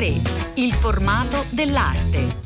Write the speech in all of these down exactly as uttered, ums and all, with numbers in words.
tre, il formato dell'arte.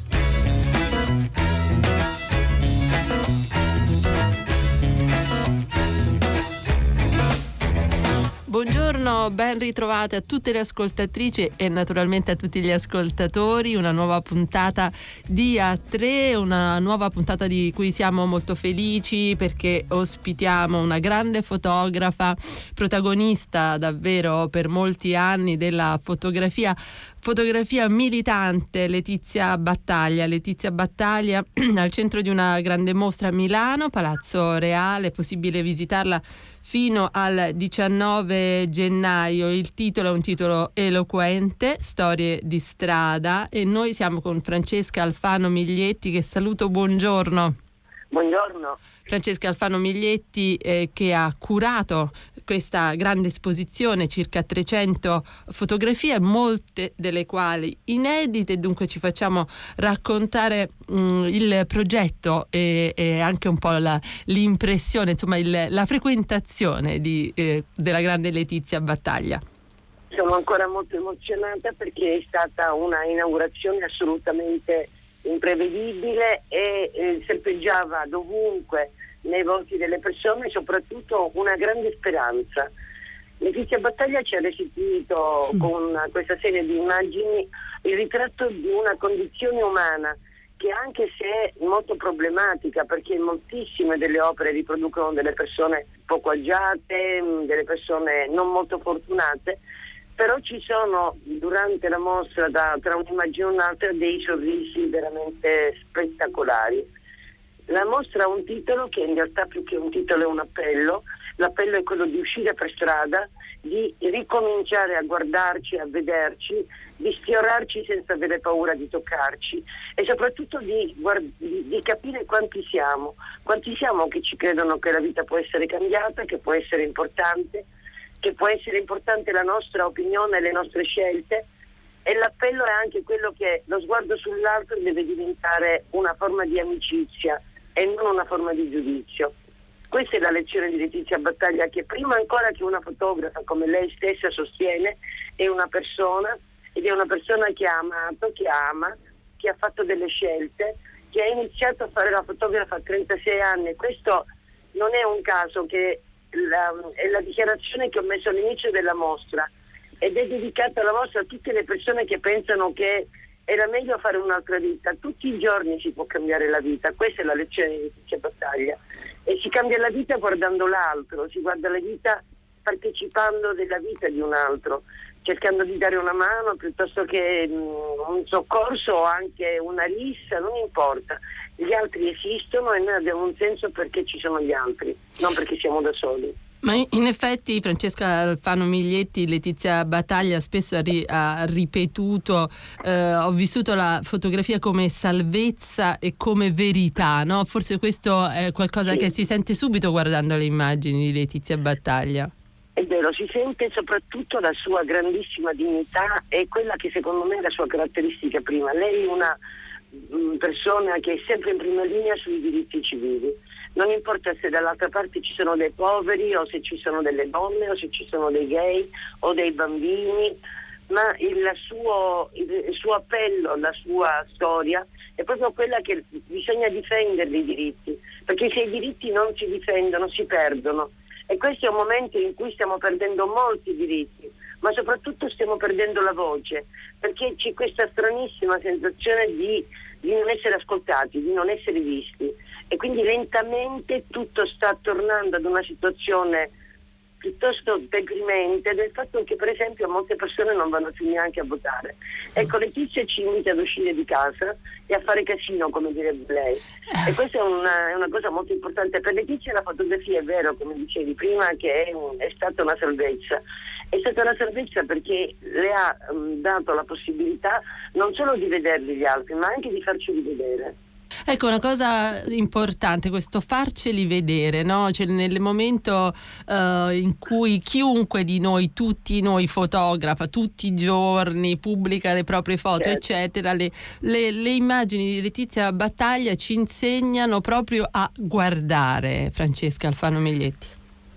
Buongiorno, ben ritrovate a tutte le ascoltatrici e naturalmente a tutti gli ascoltatori. Una nuova puntata di A tre, una nuova puntata di cui siamo molto felici perché ospitiamo una grande fotografa, protagonista davvero per molti anni della fotografia fotografia militante, Letizia Battaglia. Letizia Battaglia al centro di una grande mostra a Milano, Palazzo Reale, è possibile visitarla fino al diciannove gennaio. Il titolo è un titolo eloquente, Storie di strada, e noi siamo con Francesca Alfano Miglietti, che saluto. Buongiorno. Buongiorno. Francesca Alfano Miglietti eh, che ha curato questa grande esposizione, circa trecento fotografie, molte delle quali inedite. Dunque ci facciamo raccontare mh, il progetto e, e anche un po' la, l'impressione, insomma il, la frequentazione di, eh, della grande Letizia Battaglia. Sono ancora molto emozionata perché è stata una inaugurazione assolutamente imprevedibile e eh, serpeggiava dovunque nei volti delle persone e soprattutto una grande speranza. Letizia Battaglia ci ha restituito con questa serie di immagini il ritratto di una condizione umana che, anche se è molto problematica, perché moltissime delle opere riproducono delle persone poco agiate, delle persone non molto fortunate, però ci sono durante la mostra, da, tra un'immagine e un'altra, dei sorrisi veramente spettacolari. La mostra ha un titolo che in realtà più che un titolo è un appello. L'appello è quello di uscire per strada, di ricominciare a guardarci, a vederci, di sfiorarci senza avere paura di toccarci e soprattutto di, guard- di, di capire quanti siamo, quanti siamo che ci credono che la vita può essere cambiata, che può essere importante, che può essere importante la nostra opinione, le nostre scelte. E l'appello è anche quello che lo sguardo sull'altro deve diventare una forma di amicizia e non una forma di giudizio. Questa è la lezione di Letizia Battaglia, che prima ancora che una fotografa, come lei stessa sostiene, è una persona, ed è una persona che ha amato, che ama, che ha fatto delle scelte, che ha iniziato a fare la fotografa a trentasei anni. Questo non è un caso, che la, è la dichiarazione che ho messo all'inizio della mostra, ed è dedicata alla mostra a tutte le persone che pensano che era meglio fare un'altra vita. Tutti i giorni si può cambiare la vita, questa è la lezione di Letizia Battaglia, e si cambia la vita guardando l'altro, si guarda la vita partecipando della vita di un altro, cercando di dare una mano piuttosto che mh, un soccorso o anche una rissa, non importa. Gli altri esistono e noi abbiamo un senso perché ci sono gli altri, non perché siamo da soli. Ma in effetti Francesca Alfano Miglietti, Letizia Battaglia spesso ha, ri- ha ripetuto eh, ho vissuto la fotografia come salvezza e come verità, no? Forse questo è qualcosa sì. che si sente subito guardando le immagini di Letizia Battaglia. È vero, si sente soprattutto la sua grandissima dignità e quella che secondo me è la sua caratteristica prima. Lei è una mh, persona che è sempre in prima linea sui diritti civili. Non importa se dall'altra parte ci sono dei poveri o se ci sono delle donne o se ci sono dei gay o dei bambini, ma il suo, il suo appello, la sua storia è proprio quella che bisogna difendere i diritti, perché se i diritti non si difendono si perdono, e questo è un momento in cui stiamo perdendo molti diritti, ma soprattutto stiamo perdendo la voce, perché c'è questa stranissima sensazione di, di non essere ascoltati, di non essere visti. E quindi lentamente tutto sta tornando ad una situazione piuttosto deprimente, del fatto che per esempio molte persone non vanno più neanche a votare. Ecco, Letizia ci invita ad uscire di casa e a fare casino, come direbbe lei, e questa è una, è una cosa molto importante. Per Letizia la fotografia, è vero, come dicevi prima, che è, un, è stata una salvezza. È stata una salvezza perché le ha um, dato la possibilità non solo di vederli gli altri, ma anche di farceli vedere. Ecco, una cosa importante, questo farceli vedere, no? Cioè, nel momento uh, in cui chiunque di noi, tutti noi fotografa, tutti i giorni, pubblica le proprie foto, certo. eccetera, le, le, le immagini di Letizia Battaglia ci insegnano proprio a guardare, Francesca Alfano Miglietti.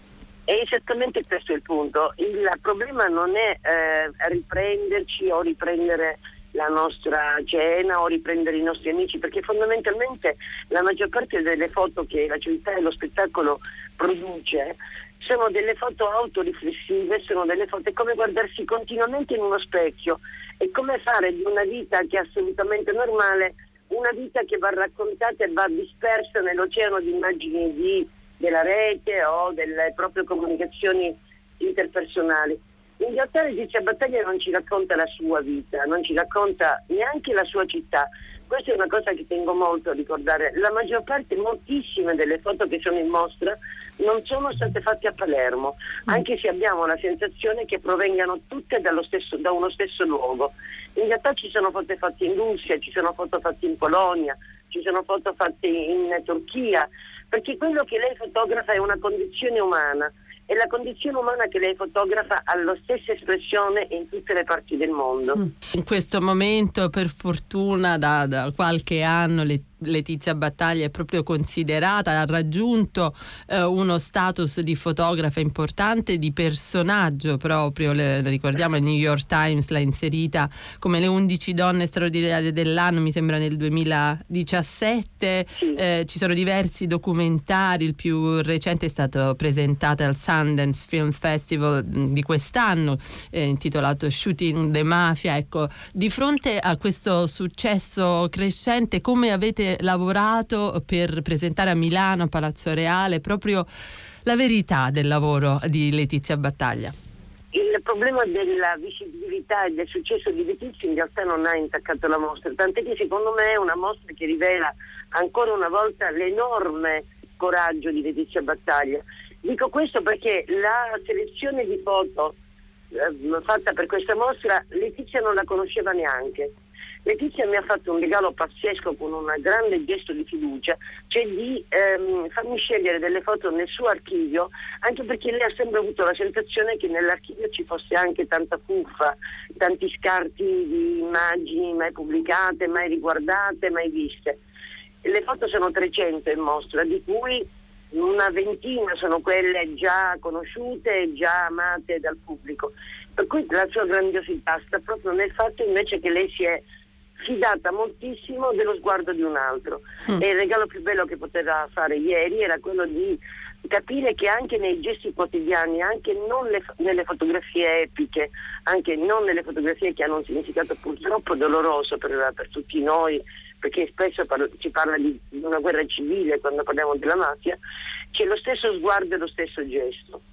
è esattamente questo il punto. Il problema non è eh, riprenderci o riprendere la nostra cena o riprendere i nostri amici, perché fondamentalmente la maggior parte delle foto che la civiltà e lo spettacolo produce sono delle foto autoriflessive, sono delle foto, è come guardarsi continuamente in uno specchio, è come fare di una vita che è assolutamente normale una vita che va raccontata e va dispersa nell'oceano di immagini di, della rete o delle proprie comunicazioni interpersonali. In realtà Letizia Battaglia non ci racconta la sua vita, non ci racconta neanche la sua città. Questa è una cosa che tengo molto a ricordare. La maggior parte, moltissime delle foto che sono in mostra non sono state fatte a Palermo, anche se abbiamo la sensazione che provengano tutte dallo stesso, da uno stesso luogo. In realtà ci sono foto fatte in Russia, ci sono foto fatte in Polonia, ci sono foto fatte in Turchia, perché quello che lei fotografa è una condizione umana. E la condizione umana che lei fotografa ha la stessa espressione in tutte le parti del mondo. In questo momento, per fortuna, da, da qualche anno le Letizia Battaglia è proprio considerata, ha raggiunto eh, uno status di fotografa importante, di personaggio proprio. Le, ricordiamo il New York Times l'ha inserita come le undici donne straordinarie dell'anno, mi sembra nel duemiladiciassette. Sì. Eh, ci sono diversi documentari, il più recente è stato presentato al Sundance Film Festival di quest'anno, eh, intitolato Shooting the Mafia. Ecco, di fronte a questo successo crescente, come avete lavorato per presentare a Milano, a Palazzo Reale, proprio la verità del lavoro di Letizia Battaglia? Il problema della visibilità e del successo di Letizia in realtà non ha intaccato la mostra, tant'è che secondo me è una mostra che rivela ancora una volta l'enorme coraggio di Letizia Battaglia. Dico questo perché la selezione di foto eh, fatta per questa mostra Letizia non la conosceva neanche. Letizia mi ha fatto un regalo pazzesco con un grande gesto di fiducia, cioè di ehm, farmi scegliere delle foto nel suo archivio, anche perché lei ha sempre avuto la sensazione che nell'archivio ci fosse anche tanta fuffa, tanti scarti di immagini mai pubblicate, mai riguardate, mai viste. Le foto sono trecento in mostra, di cui una ventina sono quelle già conosciute e già amate dal pubblico. Per cui la sua grandiosità sta proprio nel fatto invece che lei si è fidata moltissimo dello sguardo di un altro. Mm. E il regalo più bello che poteva fare ieri era quello di capire che anche nei gesti quotidiani, anche non le, nelle fotografie epiche, anche non nelle fotografie che hanno un significato purtroppo doloroso per, per tutti noi, perché spesso parla, si parla di una guerra civile quando parliamo della mafia, c'è lo stesso sguardo e lo stesso gesto.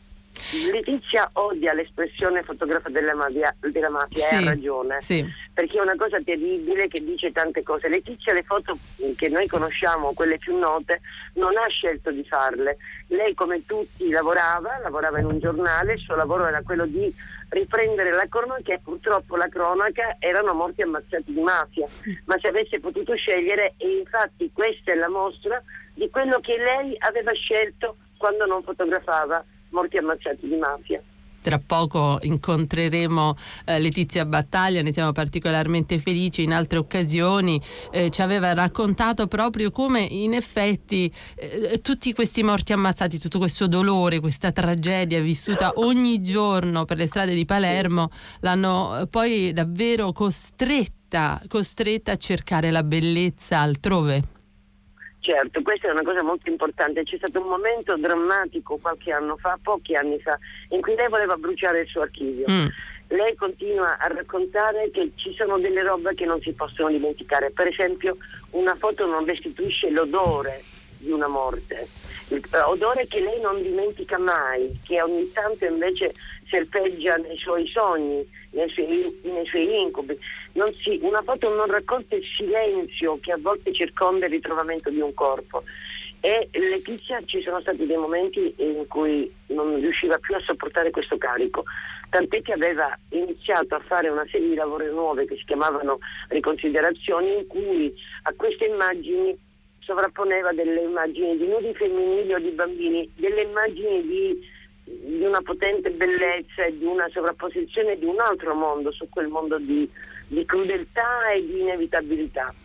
Letizia odia l'espressione fotografa della mafia, della mafia sì, e ha ragione, sì. Perché è una cosa terribile che dice tante cose. Letizia le foto che noi conosciamo, quelle più note, non ha scelto di farle. Lei come tutti lavorava, lavorava in un giornale, il suo lavoro era quello di riprendere la cronaca e purtroppo la cronaca erano morti ammazzati di mafia, ma se avesse potuto scegliere, e infatti questa è la mostra di quello che lei aveva scelto quando non fotografava morti ammazzati di mafia. Tra poco incontreremo eh, Letizia Battaglia, ne siamo particolarmente felici. In altre occasioni eh, ci aveva raccontato proprio come in effetti eh, tutti questi morti ammazzati, tutto questo dolore, questa tragedia vissuta ogni giorno per le strade di Palermo l'hanno poi davvero costretta, costretta a cercare la bellezza altrove. Certo, questa è una cosa molto importante. C'è stato un momento drammatico qualche anno fa, pochi anni fa, in cui lei voleva bruciare il suo archivio. Mm. Lei continua a raccontare che ci sono delle robe che non si possono dimenticare. Per esempio, una foto non restituisce l'odore di una morte, odore che lei non dimentica mai, che ogni tanto invece serpeggia nei suoi sogni, nei suoi, nei suoi incubi. Non si, una foto non racconta il silenzio che a volte circonda il ritrovamento di un corpo. E Letizia, ci sono stati dei momenti in cui non riusciva più a sopportare questo carico, tant'è che aveva iniziato a fare una serie di lavori nuove che si chiamavano riconsiderazioni, in cui a queste immagini sovrapponeva delle immagini di nudi femminili o di bambini, delle immagini di di una potente bellezza e di una sovrapposizione di un altro mondo su quel mondo di, di crudeltà e di inevitabilità.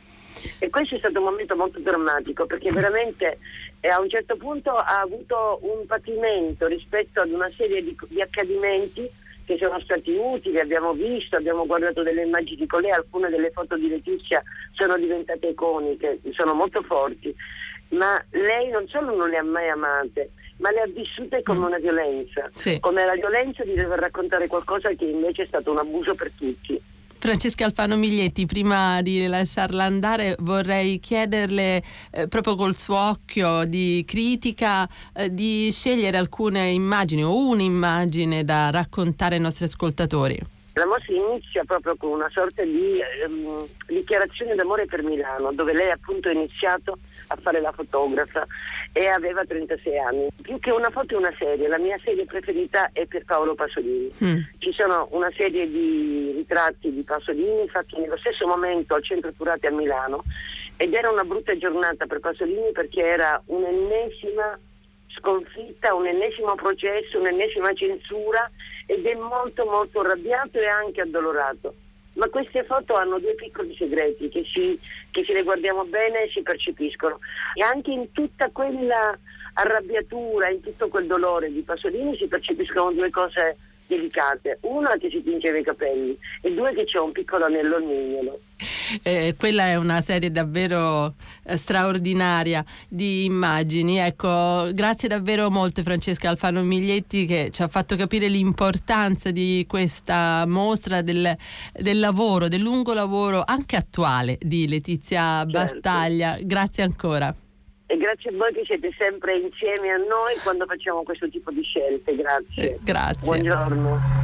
E questo è stato un momento molto drammatico, perché veramente eh, a un certo punto ha avuto un patimento rispetto ad una serie di, di accadimenti che sono stati utili, abbiamo visto, abbiamo guardato delle immagini con lei, alcune delle foto di Letizia sono diventate iconiche, sono molto forti, ma lei non solo non le ha mai amate, ma le ha vissute come una violenza, sì. come la violenza di dover raccontare qualcosa che invece è stato un abuso per tutti. Francesca Alfano Miglietti, prima di lasciarla andare vorrei chiederle eh, proprio col suo occhio di critica eh, di scegliere alcune immagini o un'immagine da raccontare ai nostri ascoltatori. La mostra inizia proprio con una sorta di ehm, dichiarazione d'amore per Milano, dove lei appunto ha iniziato a fare la fotografa e aveva trentasei anni. Più che una foto è una serie, la mia serie preferita è per Paolo Pasolini. Mm. Ci sono una serie di ritratti di Pasolini fatti nello stesso momento al Centro Turati a Milano, ed era una brutta giornata per Pasolini perché era un'ennesima sconfitta, un ennesimo processo, un'ennesima censura, ed è molto molto arrabbiato e anche addolorato. Ma queste foto hanno due piccoli segreti che, si, che se le guardiamo bene si percepiscono, e anche in tutta quella arrabbiatura, in tutto quel dolore di Pasolini si percepiscono due cose delicate: una che si tingeva i capelli e due che c'è un piccolo anello al mignolo. Eh, quella è una serie davvero eh, straordinaria di immagini. Ecco, grazie davvero molto Francesca Alfano Miglietti, che ci ha fatto capire l'importanza di questa mostra, del, del lavoro, del lungo lavoro anche attuale di Letizia Certo. Battaglia. Grazie ancora. E grazie a voi che siete sempre insieme a noi quando facciamo questo tipo di scelte. Grazie. Eh, grazie. Buongiorno.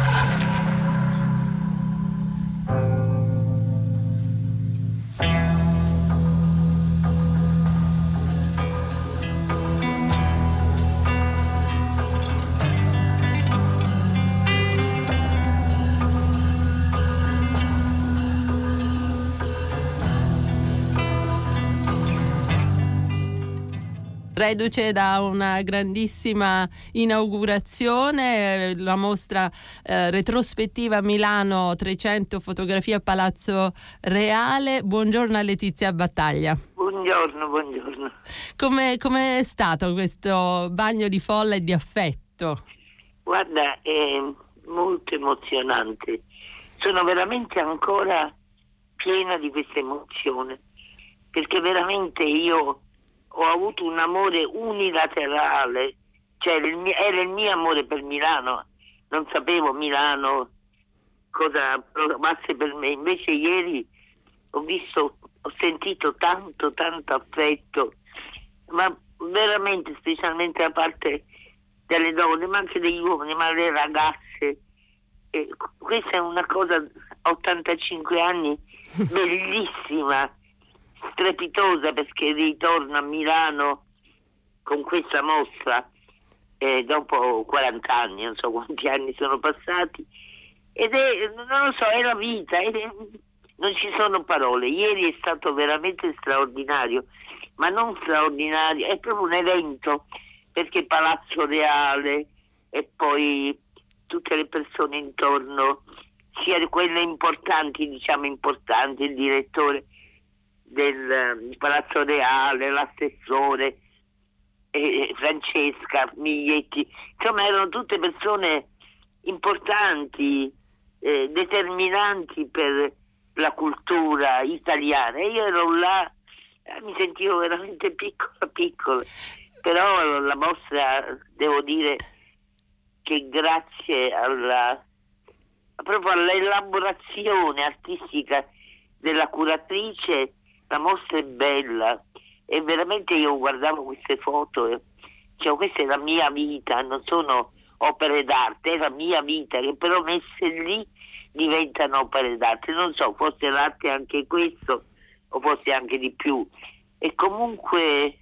Reduce da una grandissima inaugurazione, la mostra eh, retrospettiva Milano trecento fotografie a Palazzo Reale. Buongiorno a Letizia Battaglia. Buongiorno, buongiorno. Come è stato questo bagno di folla e di affetto? Guarda, è molto emozionante. Sono veramente ancora piena di questa emozione, perché veramente io ho avuto un amore unilaterale, cioè il mio, era il mio amore per Milano, non sapevo Milano cosa provasse per me, invece ieri ho visto, ho sentito tanto, tanto affetto, ma veramente, specialmente da parte delle donne, ma anche degli uomini, ma le ragazze. E questa è una cosa a ottantacinque anni bellissima, strepitosa, perché ritorno a Milano con questa mostra eh, dopo quaranta anni, non so quanti anni sono passati, ed è, non lo so, è la vita, è, non ci sono parole. Ieri è stato veramente straordinario, ma non straordinario, è proprio un evento, perché Palazzo Reale e poi tutte le persone intorno, sia quelle importanti, diciamo importanti, il direttore del Palazzo Reale, l'assessore eh, Francesca Miglietti, insomma erano tutte persone importanti, eh, determinanti per la cultura italiana, e io ero là, eh, mi sentivo veramente piccola piccola, però la mostra, devo dire che grazie alla proprio all'elaborazione artistica della curatrice, la mostra è bella, e veramente io guardavo queste foto e cioè, questa è la mia vita, non sono opere d'arte, è la mia vita, che però messe lì diventano opere d'arte. Non so, forse l'arte è anche questo o forse anche di più, e comunque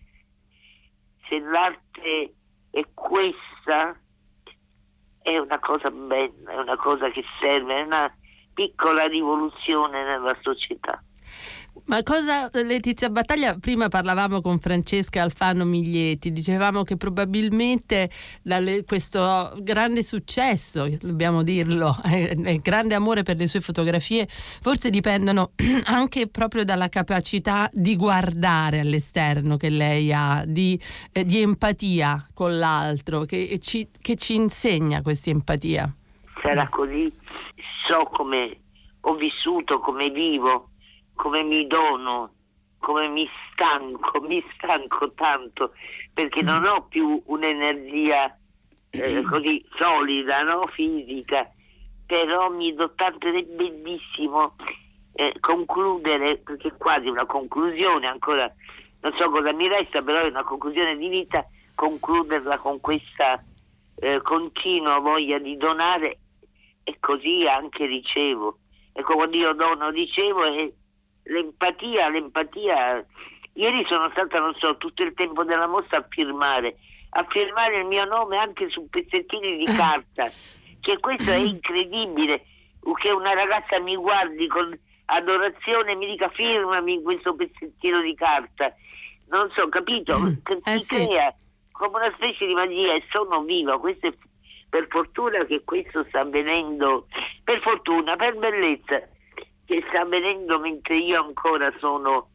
se l'arte è questa è una cosa bella, è una cosa che serve, è una piccola rivoluzione nella società. Ma cosa, Letizia Battaglia, prima parlavamo con Francesca Alfano Miglietti, dicevamo che probabilmente dalle, questo grande successo, dobbiamo dirlo, il grande amore per le sue fotografie, forse dipendono anche proprio dalla capacità di guardare all'esterno che lei ha, di, eh, di empatia con l'altro, che ci, che ci insegna questa empatia. Sarà così, so come ho vissuto, come vivo, come mi dono, come mi stanco, mi stanco tanto, perché non ho più un'energia eh, così solida, no? Fisica, però mi do tanto ed è bellissimo eh, concludere, perché quasi una conclusione, ancora non so cosa mi resta, però è una conclusione di vita, concluderla con questa eh, continua voglia di donare, e così anche ricevo. Ecco, quando io dono ricevo, e l'empatia, l'empatia. Ieri sono stata, non so, tutto il tempo della mostra a firmare, a firmare il mio nome anche su pezzettini di carta, che questo è incredibile, che una ragazza mi guardi con adorazione e mi dica firmami questo pezzettino di carta. Non so, capito? Che eh, si sì. crea come una specie di magia, e sono viva. Questo è, per fortuna che questo sta avvenendo, per fortuna, per bellezza, che sta avvenendo mentre io ancora sono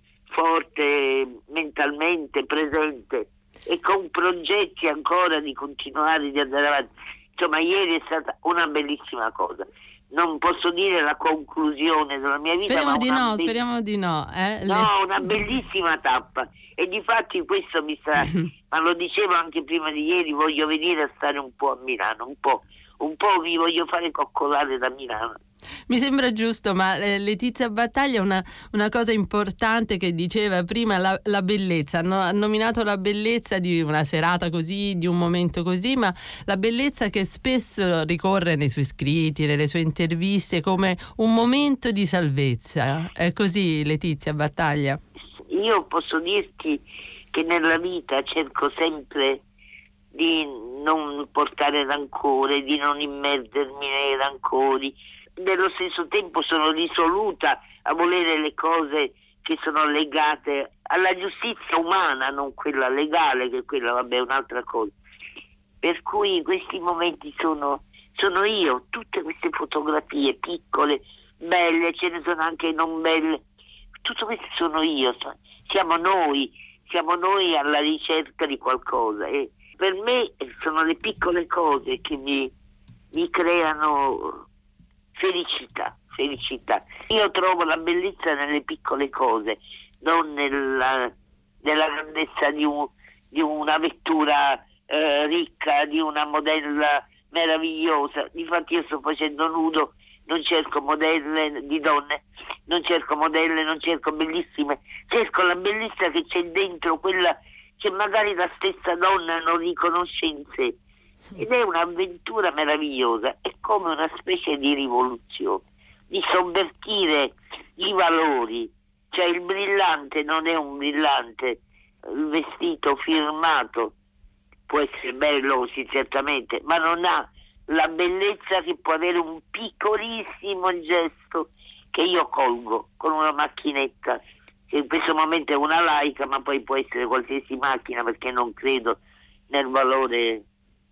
forte mentalmente, presente, e con progetti ancora di continuare, di andare avanti. Insomma, ieri è stata una bellissima cosa. Non posso dire la conclusione della mia vita, Speriamo ma di una no, be- speriamo di no. Eh? no, Le... una bellissima tappa. E difatti questo mi sta, ma lo dicevo anche prima di ieri, voglio venire a stare un po' a Milano, un po', un po' mi voglio fare coccolare da Milano. Mi sembra giusto, ma eh, Letizia Battaglia, una, una cosa importante che diceva prima, la, la bellezza. No, ha nominato la bellezza di una serata così, di un momento così, ma la bellezza che spesso ricorre nei suoi scritti, nelle sue interviste, come un momento di salvezza. È così, Letizia Battaglia? Io posso dirti che nella vita cerco sempre di non portare rancore, di non immergermi nei rancori. Nello stesso tempo sono risoluta a volere le cose che sono legate alla giustizia umana, non quella legale, che quella vabbè è un'altra cosa. Per cui questi momenti sono, sono io, tutte queste fotografie piccole, belle, ce ne sono anche non belle, tutto questo sono io, siamo noi, siamo noi alla ricerca di qualcosa, e per me sono le piccole cose che mi, mi creano felicità, felicità. Io trovo la bellezza nelle piccole cose, non nella, nella grandezza di, un, di una vettura eh, ricca, di una modella meravigliosa. Difatti io sto facendo nudo, non cerco modelle di donne, non cerco modelle, non cerco bellissime, cerco la bellezza che c'è dentro, quella che magari la stessa donna non riconosce in sé. Ed è un'avventura meravigliosa, è come una specie di rivoluzione, di sovvertire i valori, cioè il brillante non è un brillante, il vestito firmato può essere bello sì, certamente, ma non ha la bellezza che può avere un piccolissimo gesto che io colgo con una macchinetta, che in questo momento è una Leica, ma poi può essere qualsiasi macchina, perché non credo nel valore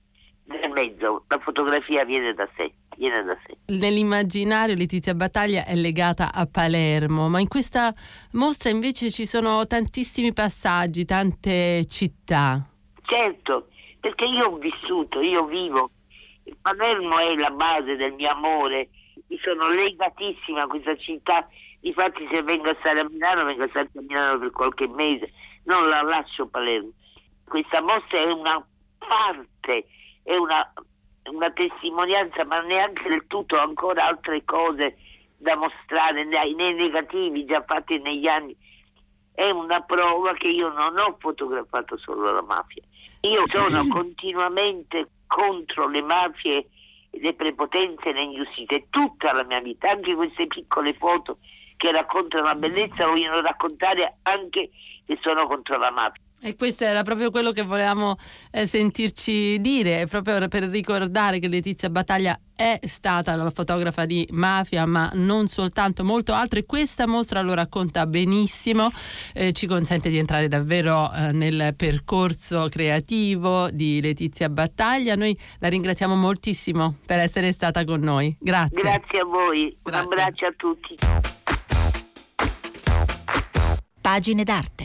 nel mezzo. La fotografia viene da sé, viene da sé. Nell'immaginario Letizia Battaglia è legata a Palermo, ma in questa mostra invece ci sono tantissimi passaggi, tante città. Certo, perché io ho vissuto, io vivo. Palermo è la base del mio amore, mi sono legatissima a questa città. Infatti se vengo a stare a Milano, vengo a stare a Milano per qualche mese, non la lascio Palermo. Questa mostra è una parte, è una, una testimonianza, ma neanche del tutto, ancora altre cose da mostrare, nei, nei negativi già fatti negli anni. È una prova che io non ho fotografato solo la mafia. Io sono continuamente contro le mafie, le prepotenze e le ingiustizie, tutta la mia vita, anche queste piccole foto che raccontano la bellezza vogliono raccontare anche che sono contro la mafia. E questo era proprio quello che volevamo eh, sentirci dire, proprio per ricordare che Letizia Battaglia è stata la fotografa di mafia, ma non soltanto, molto altro, e questa mostra lo racconta benissimo, eh, ci consente di entrare davvero eh, nel percorso creativo di Letizia Battaglia. Noi la ringraziamo moltissimo per essere stata con noi. Grazie. Grazie a voi, Grazie. un abbraccio a tutti. Pagine d'arte.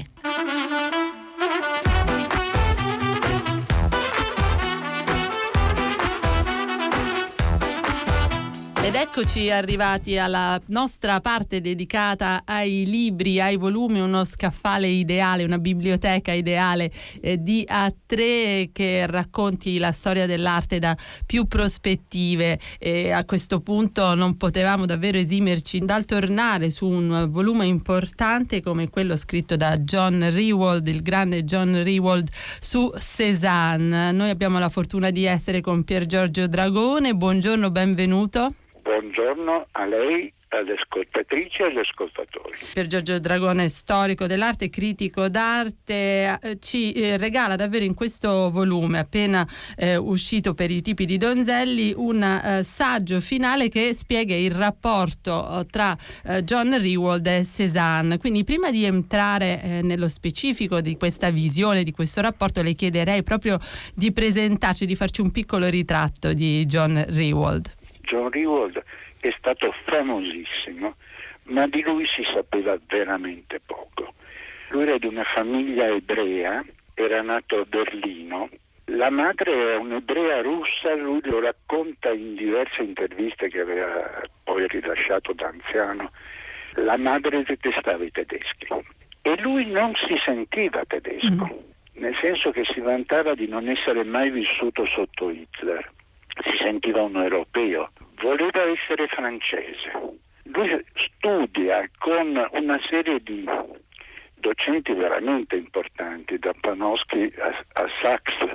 Ed eccoci arrivati alla nostra parte dedicata ai libri, ai volumi, uno scaffale ideale, una biblioteca ideale eh, di A tre che racconti la storia dell'arte da più prospettive. E a questo punto non potevamo davvero esimerci dal tornare su un volume importante come quello scritto da John Rewald, il grande John Rewald, su Cézanne. Noi abbiamo la fortuna di essere con Pier Giorgio Dragone. Buongiorno, benvenuto. Buongiorno a lei, alle ascoltatrici e agli ascoltatori. Pier Giorgio Dragone, storico dell'arte, critico d'arte, eh, ci eh, regala davvero in questo volume appena eh, uscito per i tipi di Donzelli un eh, saggio finale che spiega il rapporto eh, tra eh, John Rewald e Cézanne. Quindi prima di entrare eh, nello specifico di questa visione, di questo rapporto, le chiederei proprio di presentarci, di farci un piccolo ritratto di John Rewald. John Rewald è stato famosissimo, ma di lui si sapeva veramente poco. Lui era di una famiglia ebrea, era nato a Berlino. La madre era un'ebrea russa, lui lo racconta in diverse interviste che aveva poi rilasciato da anziano. La madre detestava i tedeschi e lui non si sentiva tedesco, mm. nel senso che si vantava di non essere mai vissuto sotto Hitler. Si sentiva un europeo, voleva essere francese. Lui studia con una serie di docenti veramente importanti, da Panofsky a, a Sachs,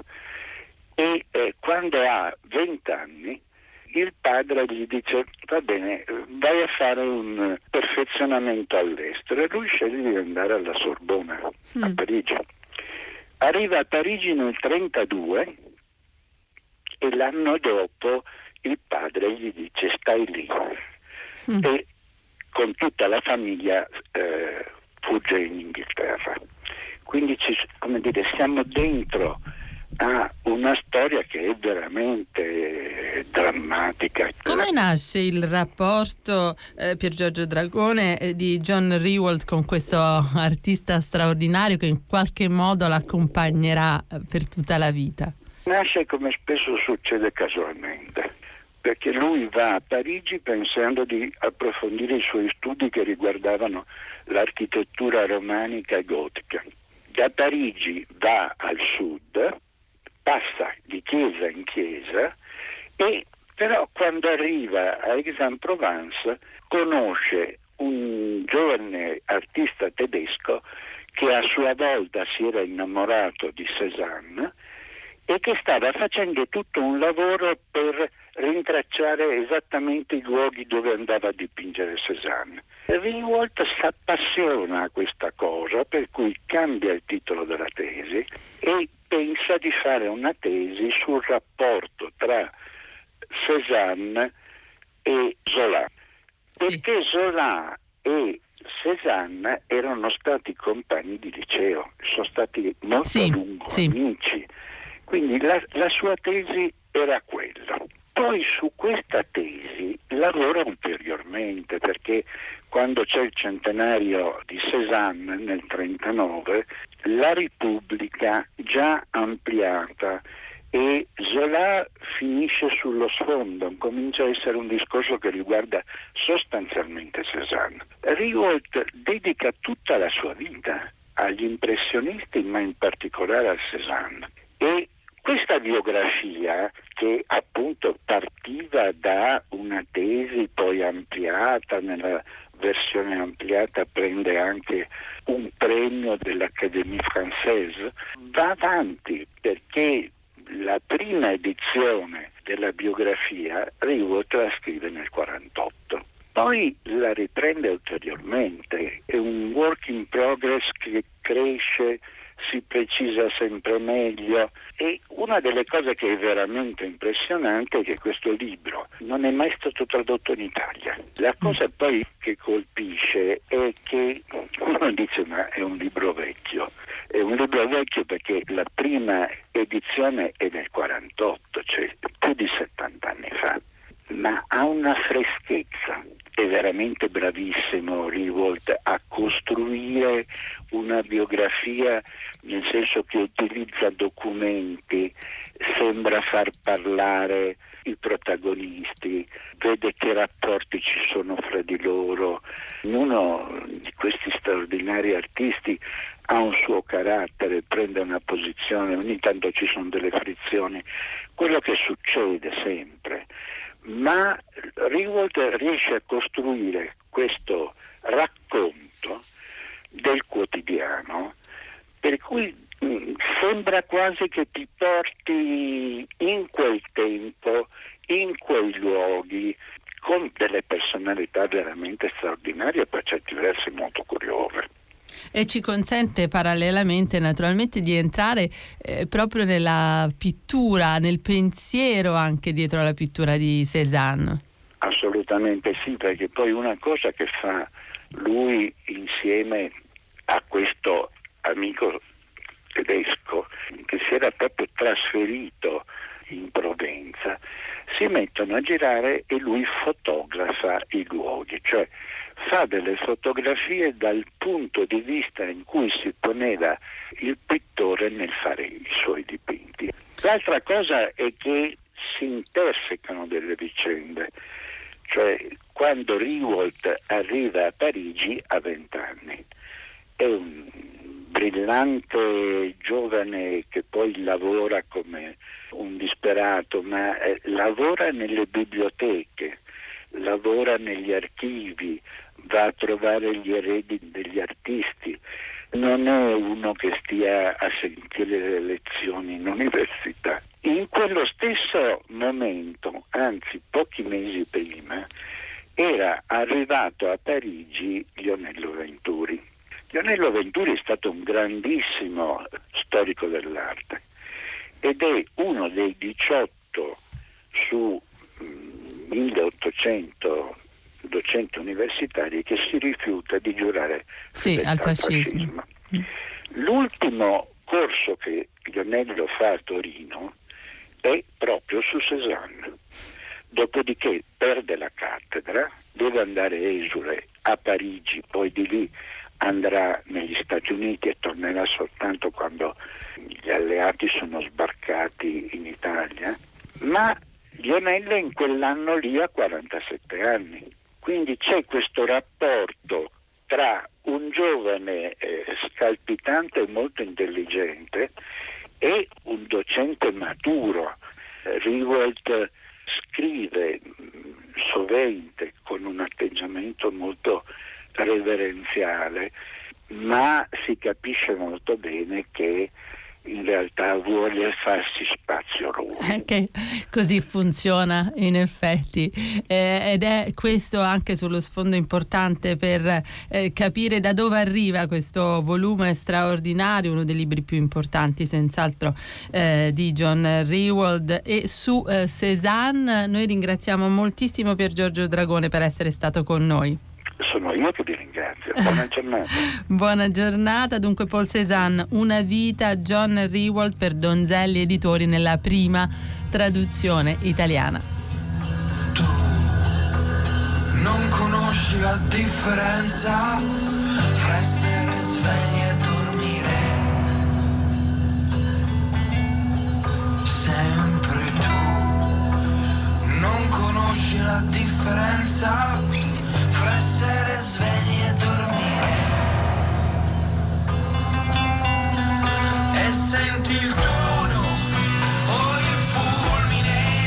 e eh, quando ha vent'anni il padre gli dice: va bene, vai a fare un perfezionamento all'estero, e lui sceglie di andare alla Sorbona, mm. a Parigi. Arriva a Parigi nel trentadue e l'anno dopo il padre gli dice: stai lì, mm. e con tutta la famiglia eh, fugge in Inghilterra. Quindi ci, come dire, siamo dentro a una storia che è veramente drammatica. Come nasce il rapporto, eh, Pier Giorgio Dragone, eh, di John Rewald con questo artista straordinario che in qualche modo l'accompagnerà per tutta la vita? Nasce, come spesso succede, casualmente, perché lui va a Parigi pensando di approfondire i suoi studi che riguardavano l'architettura romanica e gotica. Da Parigi va al sud, passa di chiesa in chiesa, e però quando arriva a Aix-en-Provence conosce un giovane artista tedesco che a sua volta si era innamorato di Cézanne e che stava facendo tutto un lavoro per rintracciare esattamente i luoghi dove andava a dipingere Cézanne. Rewald si appassiona a questa cosa, per cui cambia il titolo della tesi e pensa di fare una tesi sul rapporto tra Cézanne e Zola. Sì. Perché Zola e Cézanne erano stati compagni di liceo, sono stati molto sì, a lungo sì. amici. Quindi la, la sua tesi era quella. Poi su questa tesi lavora ulteriormente, perché quando c'è il centenario di Cézanne nel trentanove, la Repubblica già ampliata e Zola finisce sullo sfondo, comincia a essere un discorso che riguarda sostanzialmente Cézanne. Rewald dedica tutta la sua vita agli impressionisti, ma in particolare a Cézanne. E questa biografia, che appunto partiva da una tesi poi ampliata, nella versione ampliata prende anche un premio dell'Académie Française, va avanti, perché la prima edizione della biografia Rewald la scrive nel quarantotto. Poi la riprende ulteriormente, è un work in progress che cresce si precisa sempre meglio. E una delle cose che è veramente impressionante è che questo libro non è mai stato tradotto in Italia. La cosa poi che colpisce è che uno dice ma è un libro vecchio. È un libro vecchio perché la prima edizione è del quarantotto, cioè più di settanta anni fa, ma ha una freschezza. È veramente bravissimo Riewoldt a costruire una biografia, nel senso che utilizza documenti, sembra far parlare i protagonisti, vede che rapporti ci sono fra di loro. Ognuno di questi straordinari artisti ha un suo carattere, prende una posizione, ogni tanto ci sono delle frizioni, quello che succede sempre. Ma Riewoldt riesce a costruire questo racconto del quotidiano per cui mh, sembra quasi che ti porti in quel tempo, in quei luoghi, con delle personalità veramente straordinarie, per certi versi molto curiose. E ci consente parallelamente naturalmente di entrare eh, proprio nella pittura, nel pensiero anche dietro alla pittura di Cézanne. Assolutamente sì, perché poi una cosa che fa lui insieme a questo amico tedesco che si era proprio trasferito in Provenza, si mettono a girare e lui fotografa i luoghi, cioè fa delle fotografie dal punto di vista in cui si poneva il pittore nel fare i suoi dipinti. L'altra cosa è che si intersecano delle vicende, cioè quando Riewoldt arriva a Parigi a vent'anni, è un brillante giovane che poi lavora come un disperato, ma eh, lavora nelle biblioteche, lavora negli archivi, va a trovare gli eredi degli artisti, non è uno che stia a sentire le lezioni in università. In quello stesso momento, anzi pochi mesi prima, era arrivato a Parigi Lionello Venturi. Lionello Venturi è stato un grandissimo storico dell'arte ed è uno dei diciotto su milleottocento docenti universitari che si rifiuta di giurare sì, al fascismo. fascismo. L'ultimo corso che Lionello fa a Torino è proprio su Cézanne. Dopodiché perde la cattedra, deve andare esule a Parigi, poi di lì andrà negli Stati Uniti e tornerà soltanto quando gli alleati sono sbarcati in Italia, ma Lionello in quell'anno lì ha quarantasette anni, quindi c'è questo rapporto tra un giovane eh, scalpitante e molto intelligente e un docente maturo. Riewoldt scrive mh, sovente con un atteggiamento molto reverenziale, ma si capisce molto bene che in realtà vuole farsi spazio lui. Eh, che così funziona in effetti, eh, ed è questo anche sullo sfondo importante per eh, capire da dove arriva questo volume straordinario, uno dei libri più importanti senz'altro eh, di John Riewoldt. E su eh, Cézanne noi ringraziamo moltissimo Pier Giorgio Dragone per essere stato con noi. Sono io che vi ringrazio. Buona giornata. Buona giornata. Dunque Paul Cézanne, Una vita, John Riewoldt per Donzelli Editori nella prima traduzione italiana. Tu non conosci la differenza fra essere svegli e dormire. Sempre tu non conosci la differenza fra essere svegli e dormire. E senti il tuono o il fulmine.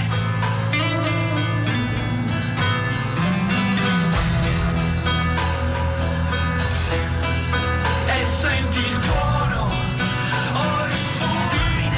E senti il tuono o il fulmine.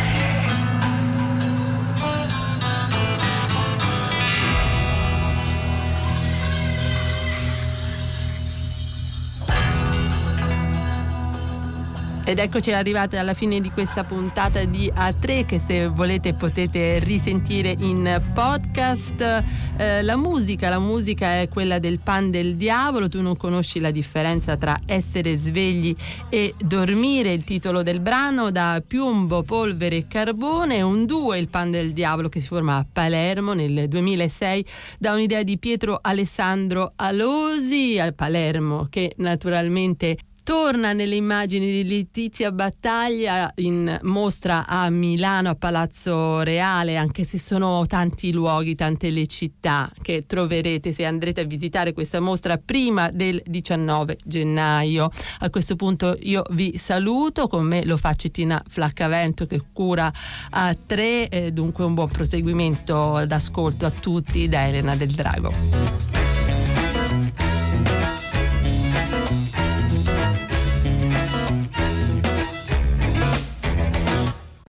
Ed eccoci arrivate alla fine di questa puntata di A tre, che se volete potete risentire in podcast. Eh, la musica, la musica è quella del Pan del Diavolo. Tu non conosci la differenza tra essere svegli e dormire, il titolo del brano. Da Piombo, Polvere e Carbone, un duo, il Pan del Diavolo, che si forma a Palermo nel duemilasei da un'idea di Pietro Alessandro Alosi, a Palermo, che naturalmente torna nelle immagini di Letizia Battaglia in mostra a Milano, a Palazzo Reale, anche se sono tanti luoghi, tante le città che troverete se andrete a visitare questa mostra prima del diciannove gennaio. A questo punto io vi saluto, con me lo fa Cettina Flaccavento che cura A tre, e dunque un buon proseguimento d'ascolto a tutti da Elena Del Drago.